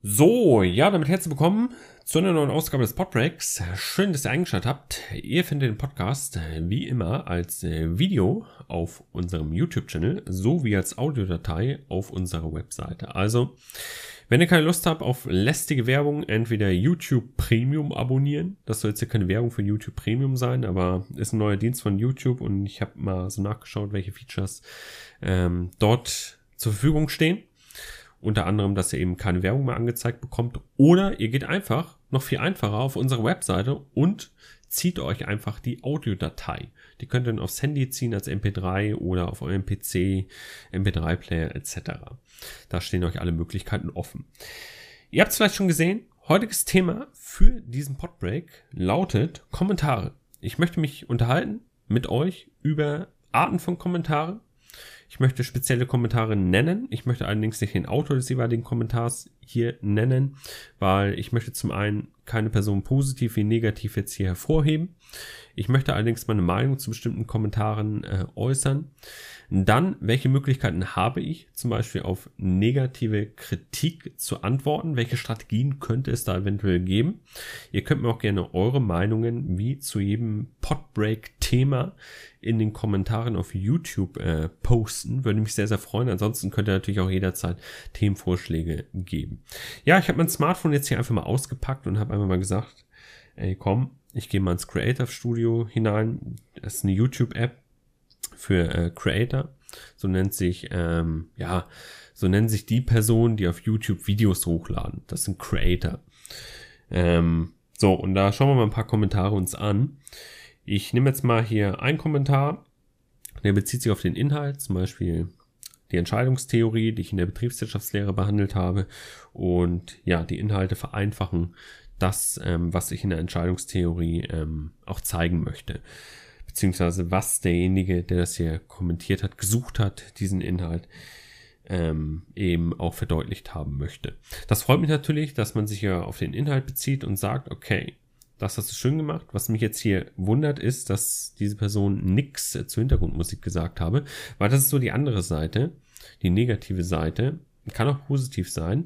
So, ja, damit herzlich willkommen zu einer neuen Ausgabe des Podbreaks. Schön, dass ihr eingeschaltet habt. Ihr findet den Podcast wie immer als Video auf unserem YouTube-Channel sowie als Audiodatei auf unserer Webseite. Also, wenn ihr keine Lust habt auf lästige Werbung, entweder YouTube Premium abonnieren. Das soll jetzt hier keine Werbung für YouTube Premium sein, aber ist ein neuer Dienst von YouTube und ich habe mal so nachgeschaut, welche Features dort zur Verfügung stehen. Unter anderem, dass ihr eben keine Werbung mehr angezeigt bekommt. Oder ihr geht einfach, noch viel einfacher, auf unsere Webseite und zieht euch einfach die Audiodatei. Die könnt ihr dann aufs Handy ziehen als MP3 oder auf eurem PC, MP3-Player etc. Da stehen euch alle Möglichkeiten offen. Ihr habt es vielleicht schon gesehen, heutiges Thema für diesen Podbreak lautet Kommentare. Ich möchte mich unterhalten mit euch über Arten von Kommentaren. Ich möchte spezielle Kommentare nennen. Ich möchte allerdings nicht den Autor des jeweiligen Kommentars hier nennen, weil ich möchte zum einen keine Person positiv wie negativ jetzt hier hervorheben. Ich möchte allerdings meine Meinung zu bestimmten Kommentaren äußern. Dann, welche Möglichkeiten habe ich, zum Beispiel auf negative Kritik zu antworten? Welche Strategien könnte es da eventuell geben? Ihr könnt mir auch gerne eure Meinungen wie zu jedem Podbreak-Thema in den Kommentaren auf YouTube posten. Würde mich sehr, sehr freuen. Ansonsten könnt ihr natürlich auch jederzeit Themenvorschläge geben. Ja, ich habe mein Smartphone jetzt hier einfach mal ausgepackt und habe einfach mal gesagt, ey komm, ich gehe mal ins Creator Studio hinein. Das ist eine YouTube-App für Creator. So nennt sich, so nennen sich die Personen, die auf YouTube Videos hochladen. Das sind Creator. So, und da schauen wir mal ein paar Kommentare uns an. Ich nehme jetzt mal hier einen Kommentar, der bezieht sich auf den Inhalt, zum Beispiel die Entscheidungstheorie, die ich in der Betriebswirtschaftslehre behandelt habe. Und ja, die Inhalte vereinfachen das, was ich in der Entscheidungstheorie auch zeigen möchte. Beziehungsweise was derjenige, der das hier kommentiert hat, gesucht hat, diesen Inhalt eben auch verdeutlicht haben möchte. Das freut mich natürlich, dass man sich ja auf den Inhalt bezieht und sagt, okay, das hast du schön gemacht. Was mich jetzt hier wundert, ist, dass diese Person nichts zur Hintergrundmusik gesagt habe, weil das ist so die andere Seite, die negative Seite, kann auch positiv sein,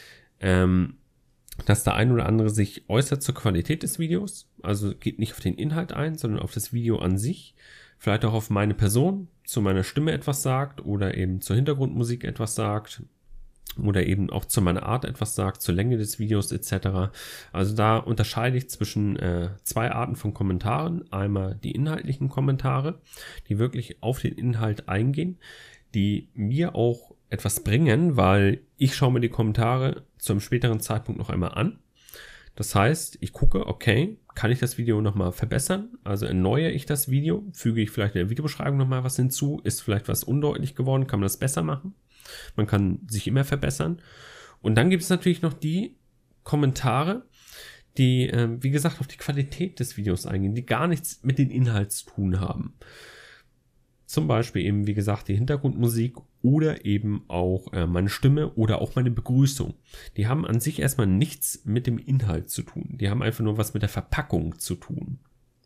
dass der ein oder andere sich äußert zur Qualität des Videos, also geht nicht auf den Inhalt ein, sondern auf das Video an sich, vielleicht auch auf meine Person, zu meiner Stimme etwas sagt oder eben zur Hintergrundmusik etwas sagt oder eben auch zu meiner Art etwas sagt, zur Länge des Videos etc. Also da unterscheide ich zwischen zwei Arten von Kommentaren. Einmal die inhaltlichen Kommentare, die wirklich auf den Inhalt eingehen, die mir auch etwas bringen, weil ich schaue mir die Kommentare zu einem späteren Zeitpunkt noch einmal an. Das heißt, ich gucke, okay, kann ich das Video nochmal verbessern? Also erneuere ich das Video, füge ich vielleicht in der Videobeschreibung nochmal was hinzu, ist vielleicht was undeutlich geworden, kann man das besser machen? Man kann sich immer verbessern. Und dann gibt es natürlich noch die Kommentare, die, wie gesagt, auf die Qualität des Videos eingehen, die gar nichts mit dem Inhalt zu tun haben. Zum Beispiel eben, wie gesagt, die Hintergrundmusik oder eben auch meine Stimme oder auch meine Begrüßung. Die haben an sich erstmal nichts mit dem Inhalt zu tun. Die haben einfach nur was mit der Verpackung zu tun.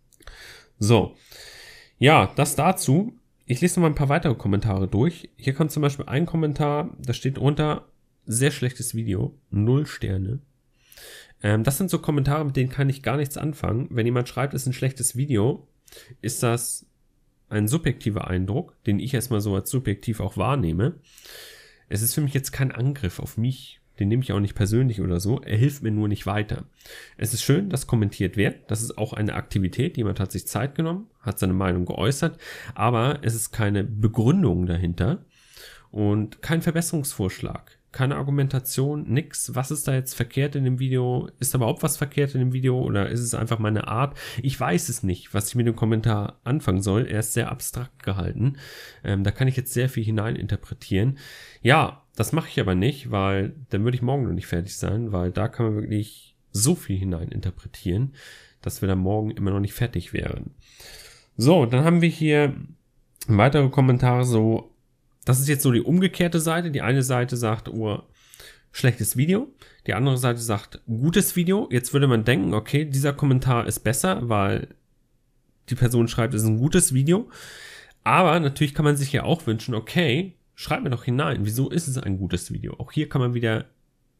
So, ja, das dazu. Ich lese noch mal ein paar weitere Kommentare durch. Hier kommt zum Beispiel ein Kommentar, da steht drunter, sehr schlechtes Video, 0 Sterne. Das sind so Kommentare, mit denen kann ich gar nichts anfangen. Wenn jemand schreibt, es ist ein schlechtes Video, ist das ein subjektiver Eindruck, den ich erstmal so als subjektiv auch wahrnehme. Es ist für mich jetzt kein Angriff auf mich, den nehme ich auch nicht persönlich oder so, er hilft mir nur nicht weiter. Es ist schön, dass kommentiert wird, das ist auch eine Aktivität, jemand hat sich Zeit genommen, hat seine Meinung geäußert, aber es ist keine Begründung dahinter und kein Verbesserungsvorschlag. Keine Argumentation, nix. Was ist da jetzt verkehrt in dem Video? Ist da überhaupt was verkehrt in dem Video oder ist es einfach meine Art? Ich weiß es nicht, was ich mit dem Kommentar anfangen soll. Er ist sehr abstrakt gehalten. Da kann ich jetzt sehr viel hineininterpretieren. Ja, das mache ich aber nicht, weil dann würde ich morgen noch nicht fertig sein, weil da kann man wirklich so viel hineininterpretieren, dass wir dann morgen immer noch nicht fertig wären. So, dann haben wir hier weitere Kommentare so. Das ist jetzt so die umgekehrte Seite. Die eine Seite sagt, oh, schlechtes Video. Die andere Seite sagt, gutes Video. Jetzt würde man denken, okay, dieser Kommentar ist besser, weil die Person schreibt, es ist ein gutes Video. Aber natürlich kann man sich ja auch wünschen, okay, schreib mir doch hinein, wieso ist es ein gutes Video? Auch hier kann man wieder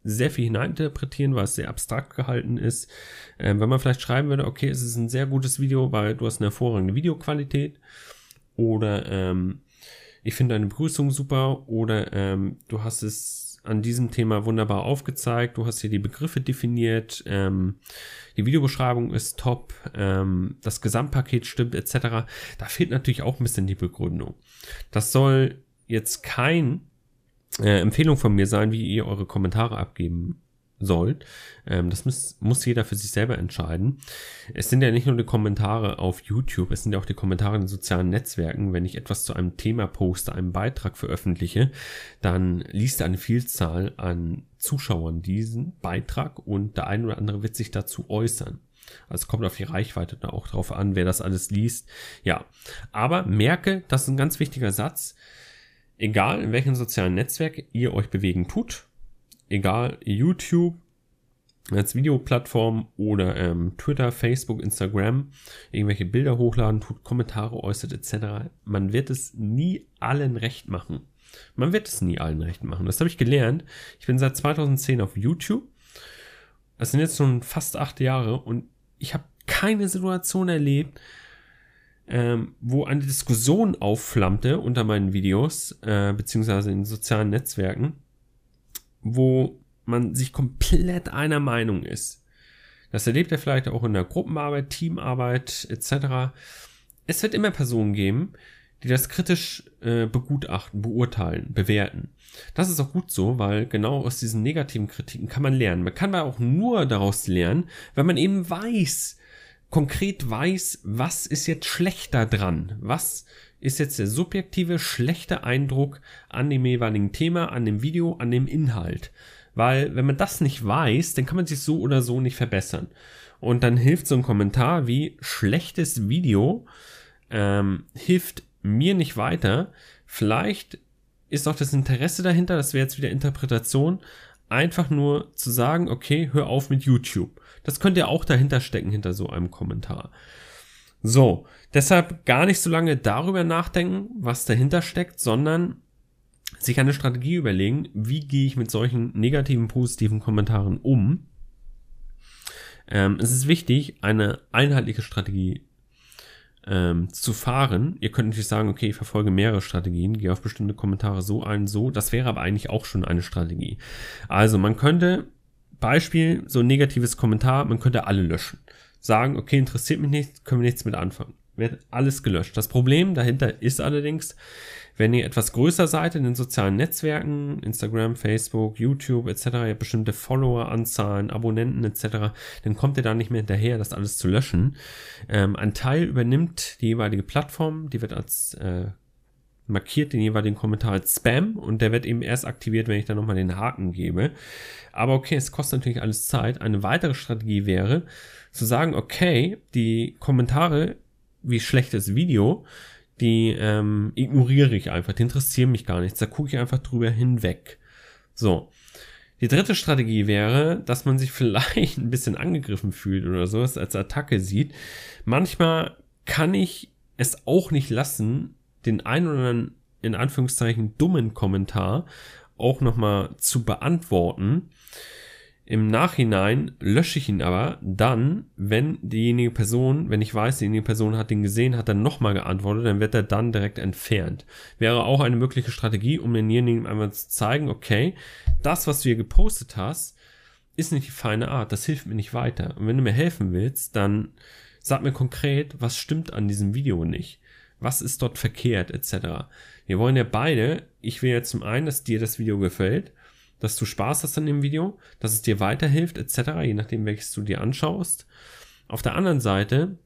sehr viel hineininterpretieren, weil es sehr abstrakt gehalten ist. Wenn man vielleicht schreiben würde, okay, es ist ein sehr gutes Video, weil du hast eine hervorragende Videoqualität, oder ich finde deine Begrüßung super, oder du hast es an diesem Thema wunderbar aufgezeigt, du hast hier die Begriffe definiert, die Videobeschreibung ist top, das Gesamtpaket stimmt, etc. Da fehlt natürlich auch ein bisschen die Begründung. Das soll jetzt kein Empfehlung von mir sein, wie ihr eure Kommentare abgeben sollt. Das muss jeder für sich selber entscheiden. Es sind ja nicht nur die Kommentare auf YouTube, es sind ja auch die Kommentare in den sozialen Netzwerken. Wenn ich etwas zu einem Thema poste, einen Beitrag veröffentliche, dann liest eine Vielzahl an Zuschauern diesen Beitrag und der eine oder andere wird sich dazu äußern. Also es kommt auf die Reichweite da auch drauf an, wer das alles liest. Ja, aber merke, das ist ein ganz wichtiger Satz. Egal in welchem sozialen Netzwerk ihr euch bewegen tut, egal YouTube als Videoplattform oder Twitter, Facebook, Instagram, irgendwelche Bilder hochladen tut, Kommentare äußert etc. Man wird es nie allen recht machen. Das habe ich gelernt. Ich bin seit 2010 auf YouTube. Das sind jetzt schon fast 8 Jahre und ich habe keine Situation erlebt, wo eine Diskussion aufflammte unter meinen Videos, beziehungsweise in sozialen Netzwerken, wo man sich komplett einer Meinung ist. Das erlebt ihr vielleicht auch in der Gruppenarbeit, Teamarbeit etc. Es wird immer Personen geben, die das kritisch begutachten, beurteilen, bewerten. Das ist auch gut so, weil genau aus diesen negativen Kritiken kann man lernen. Man kann aber auch nur daraus lernen, wenn man eben konkret weiß, was ist jetzt schlechter dran, was ist jetzt der subjektive, schlechte Eindruck an dem jeweiligen Thema, an dem Video, an dem Inhalt. Weil wenn man das nicht weiß, dann kann man sich so oder so nicht verbessern. Und dann hilft so ein Kommentar wie schlechtes Video, hilft mir nicht weiter. Vielleicht ist auch das Interesse dahinter, das wäre jetzt wieder Interpretation, einfach nur zu sagen, okay, hör auf mit YouTube. Das könnte ja auch dahinter stecken, hinter so einem Kommentar. So, deshalb gar nicht so lange darüber nachdenken, was dahinter steckt, sondern sich eine Strategie überlegen, wie gehe ich mit solchen negativen, positiven Kommentaren um. Es ist wichtig, eine einheitliche Strategie zu fahren. Ihr könnt natürlich sagen, okay, ich verfolge mehrere Strategien, gehe auf bestimmte Kommentare so ein, so. Das wäre aber eigentlich auch schon eine Strategie. Also man könnte, Beispiel, so ein negatives Kommentar, man könnte alle löschen. Sagen, okay, interessiert mich nicht, können wir nichts mit anfangen. Wird alles gelöscht. Das Problem dahinter ist allerdings, wenn ihr etwas größer seid in den sozialen Netzwerken, Instagram, Facebook, YouTube etc., ihr habt bestimmte Follower-Anzahlen, Abonnenten etc., dann kommt ihr da nicht mehr hinterher, das alles zu löschen. Ein Teil übernimmt die jeweilige Plattform, die wird als markiert den jeweiligen Kommentar als Spam und der wird eben erst aktiviert, wenn ich dann nochmal den Haken gebe. Aber okay, es kostet natürlich alles Zeit. Eine weitere Strategie wäre, zu sagen, okay, die Kommentare wie schlechtes Video, die ignoriere ich einfach, die interessieren mich gar nichts, da gucke ich einfach drüber hinweg. So, die dritte Strategie wäre, dass man sich vielleicht ein bisschen angegriffen fühlt oder so, es als Attacke sieht. Manchmal kann ich es auch nicht lassen, den einen oder anderen, in Anführungszeichen, dummen Kommentar auch nochmal zu beantworten. Im Nachhinein lösche ich ihn aber dann, wenn diejenige Person, wenn ich weiß, diejenige Person hat den gesehen, hat dann nochmal geantwortet, dann wird er dann direkt entfernt. Wäre auch eine mögliche Strategie, um denjenigen einmal zu zeigen, okay, das, was du hier gepostet hast, ist nicht die feine Art, das hilft mir nicht weiter. Und wenn du mir helfen willst, dann sag mir konkret, was stimmt an diesem Video nicht. Was ist dort verkehrt, etc. Wir wollen ja beide, ich will ja zum einen, dass dir das Video gefällt, dass du Spaß hast an dem Video, dass es dir weiterhilft, etc., je nachdem, welches du dir anschaust. Auf der anderen Seite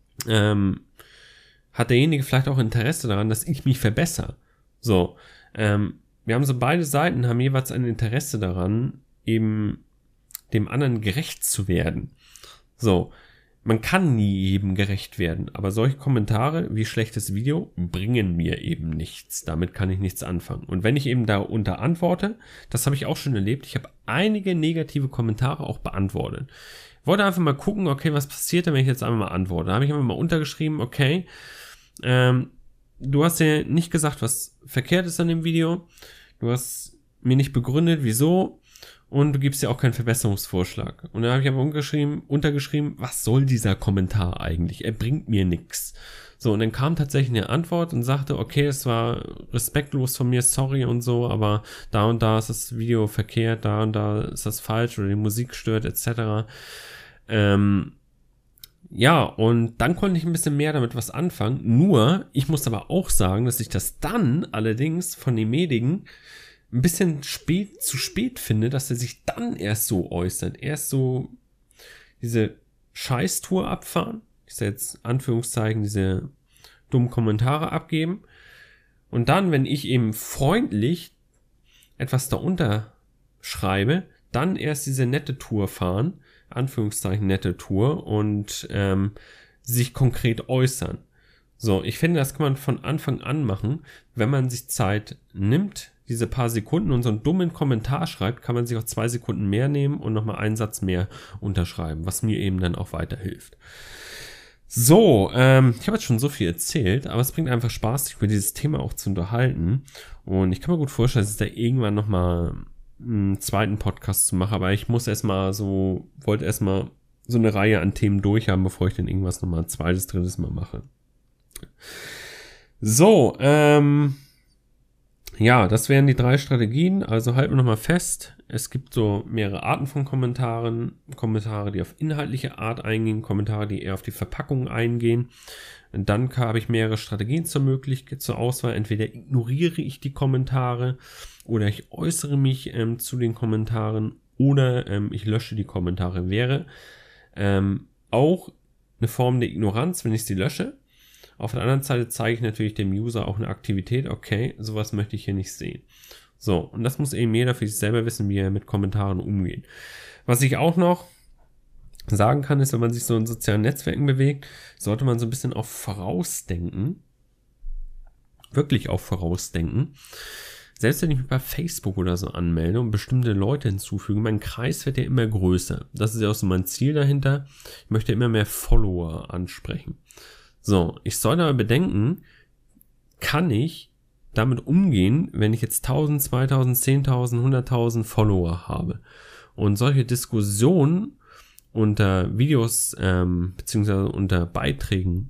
hat derjenige vielleicht auch Interesse daran, dass ich mich verbessere. So, wir haben so beide Seiten, haben jeweils ein Interesse daran, eben dem anderen gerecht zu werden. So, man kann nie jedem gerecht werden, aber solche Kommentare wie schlechtes Video bringen mir eben nichts. Damit kann ich nichts anfangen. Und wenn ich eben da unter antworte, das habe ich auch schon erlebt, ich habe einige negative Kommentare auch beantwortet. Ich wollte einfach mal gucken, okay, was passiert, wenn ich jetzt einfach mal antworte. Da habe ich einfach mal untergeschrieben, okay, du hast ja nicht gesagt, was verkehrt ist an dem Video. Du hast mir nicht begründet, wieso. und du gibst ja auch keinen Verbesserungsvorschlag. Und dann habe ich aber untergeschrieben, was soll dieser Kommentar eigentlich? Er bringt mir nichts. So, und dann kam tatsächlich eine Antwort und sagte, okay, es war respektlos von mir, sorry und so, aber da und da ist das Video verkehrt, da und da ist das falsch oder die Musik stört etc. Ja, und dann konnte ich ein bisschen mehr damit was anfangen. Nur, ich muss aber auch sagen, dass ich das dann allerdings von demjenigen ein bisschen zu spät finde, dass er sich dann erst so äußert. Erst so diese Scheißtour abfahren. Ich sage jetzt Anführungszeichen, diese dummen Kommentare abgeben. Und dann, wenn ich eben freundlich etwas darunter schreibe, dann erst diese nette Tour fahren, Anführungszeichen nette Tour, und sich konkret äußern. So, ich finde, das kann man von Anfang an machen. Wenn man sich Zeit nimmt, diese paar Sekunden und so einen dummen Kommentar schreibt, kann man sich auch 2 Sekunden mehr nehmen und nochmal einen Satz mehr unterschreiben, was mir eben dann auch weiterhilft. So, ich habe jetzt schon so viel erzählt, aber es bringt einfach Spaß, sich über dieses Thema auch zu unterhalten. Und ich kann mir gut vorstellen, dass ich da irgendwann nochmal einen zweiten Podcast zu machen, aber ich muss wollte erstmal so eine Reihe an Themen durchhaben, bevor ich dann irgendwas nochmal ein zweites, drittes Mal mache. So, ja, das wären die 3 Strategien. Also halten wir nochmal fest. Es gibt so mehrere Arten von Kommentaren. Kommentare, die auf inhaltliche Art eingehen. Kommentare, die eher auf die Verpackung eingehen. Und dann habe ich mehrere Strategien zur Auswahl. Entweder ignoriere ich die Kommentare oder ich äußere mich zu den Kommentaren oder ich lösche die Kommentare. Wäre auch eine Form der Ignoranz, wenn ich sie lösche. Auf der anderen Seite zeige ich natürlich dem User auch eine Aktivität, okay, sowas möchte ich hier nicht sehen. So, und das muss eben jeder für sich selber wissen, wie er mit Kommentaren umgeht. Was ich auch noch sagen kann, ist, wenn man sich so in sozialen Netzwerken bewegt, sollte man so ein bisschen auf Vorausdenken, wirklich auf Vorausdenken. Selbst wenn ich mich bei Facebook oder so anmelde und bestimmte Leute hinzufüge, mein Kreis wird ja immer größer. Das ist ja auch so mein Ziel dahinter. Ich möchte immer mehr Follower ansprechen. So, ich sollte aber bedenken, kann ich damit umgehen, wenn ich jetzt 1000, 2000, 10.000, 100.000 Follower habe. Und solche Diskussionen unter Videos beziehungsweise unter Beiträgen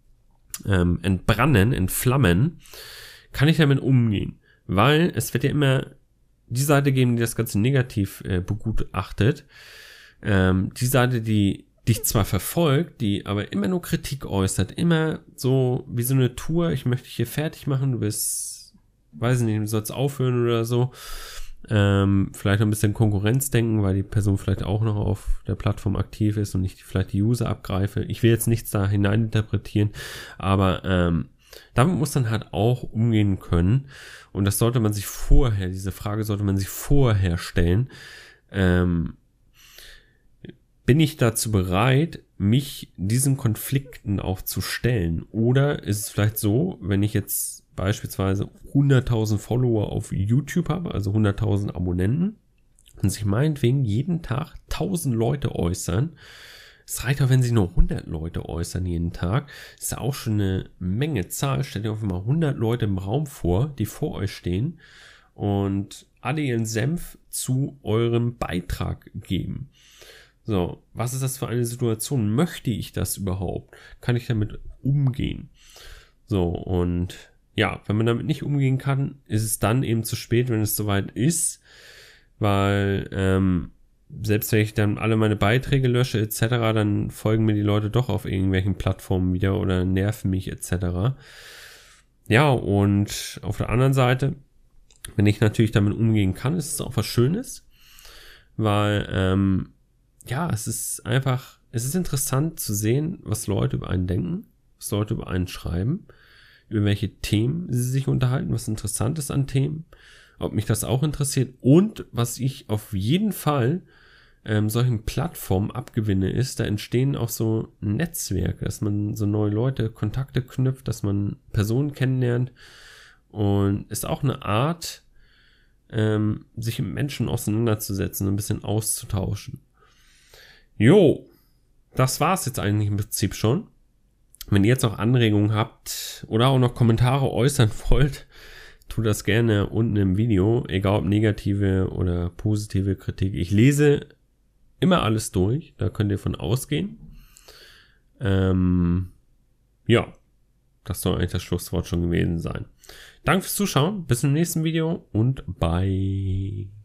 entflammen, kann ich damit umgehen. Weil es wird ja immer die Seite geben, die das Ganze negativ begutachtet. Die Seite, die dich zwar verfolgt, die aber immer nur Kritik äußert, immer so wie so eine Tour, ich möchte dich hier fertig machen, du bist, weiß ich nicht, du sollst aufhören oder so. Vielleicht ein bisschen Konkurrenzdenken, weil die Person vielleicht auch noch auf der Plattform aktiv ist und ich vielleicht die User abgreife. Ich will jetzt nichts da hineininterpretieren, aber damit muss man halt auch umgehen können. Und das sollte man sich vorher, diese Frage sollte man sich vorher stellen. Bin ich dazu bereit, mich diesen Konflikten auch zu stellen? Oder ist es vielleicht so, wenn ich jetzt beispielsweise 100.000 Follower auf YouTube habe, also 100.000 Abonnenten, und sich meinetwegen jeden Tag 1.000 Leute äußern, es reicht auch, wenn sich nur 100 Leute äußern jeden Tag, ist ja auch schon eine Menge Zahl. Stellt euch einfach mal 100 Leute im Raum vor, die vor euch stehen und alle ihren Senf zu eurem Beitrag geben. So, was ist das für eine Situation? Möchte ich das überhaupt? Kann ich damit umgehen? So, und ja, wenn man damit nicht umgehen kann, ist es dann eben zu spät, wenn es soweit ist, weil selbst wenn ich dann alle meine Beiträge lösche etc., dann folgen mir die Leute doch auf irgendwelchen Plattformen wieder oder nerven mich etc. Ja, und auf der anderen Seite, wenn ich natürlich damit umgehen kann, ist es auch was Schönes, weil ja, es ist interessant zu sehen, was Leute über einen denken, was Leute über einen schreiben, über welche Themen sie sich unterhalten, was interessant ist an Themen, ob mich das auch interessiert und was ich auf jeden Fall solchen Plattformen abgewinne ist, da entstehen auch so Netzwerke, dass man so neue Leute, Kontakte knüpft, dass man Personen kennenlernt und ist auch eine Art, sich mit Menschen auseinanderzusetzen, ein bisschen auszutauschen. Jo, das war's jetzt eigentlich im Prinzip schon. Wenn ihr jetzt noch Anregungen habt oder auch noch Kommentare äußern wollt, tut das gerne unten im Video, egal ob negative oder positive Kritik. Ich lese immer alles durch, da könnt ihr von ausgehen. Ja, das soll eigentlich das Schlusswort schon gewesen sein. Danke fürs Zuschauen, bis zum nächsten Video und bye.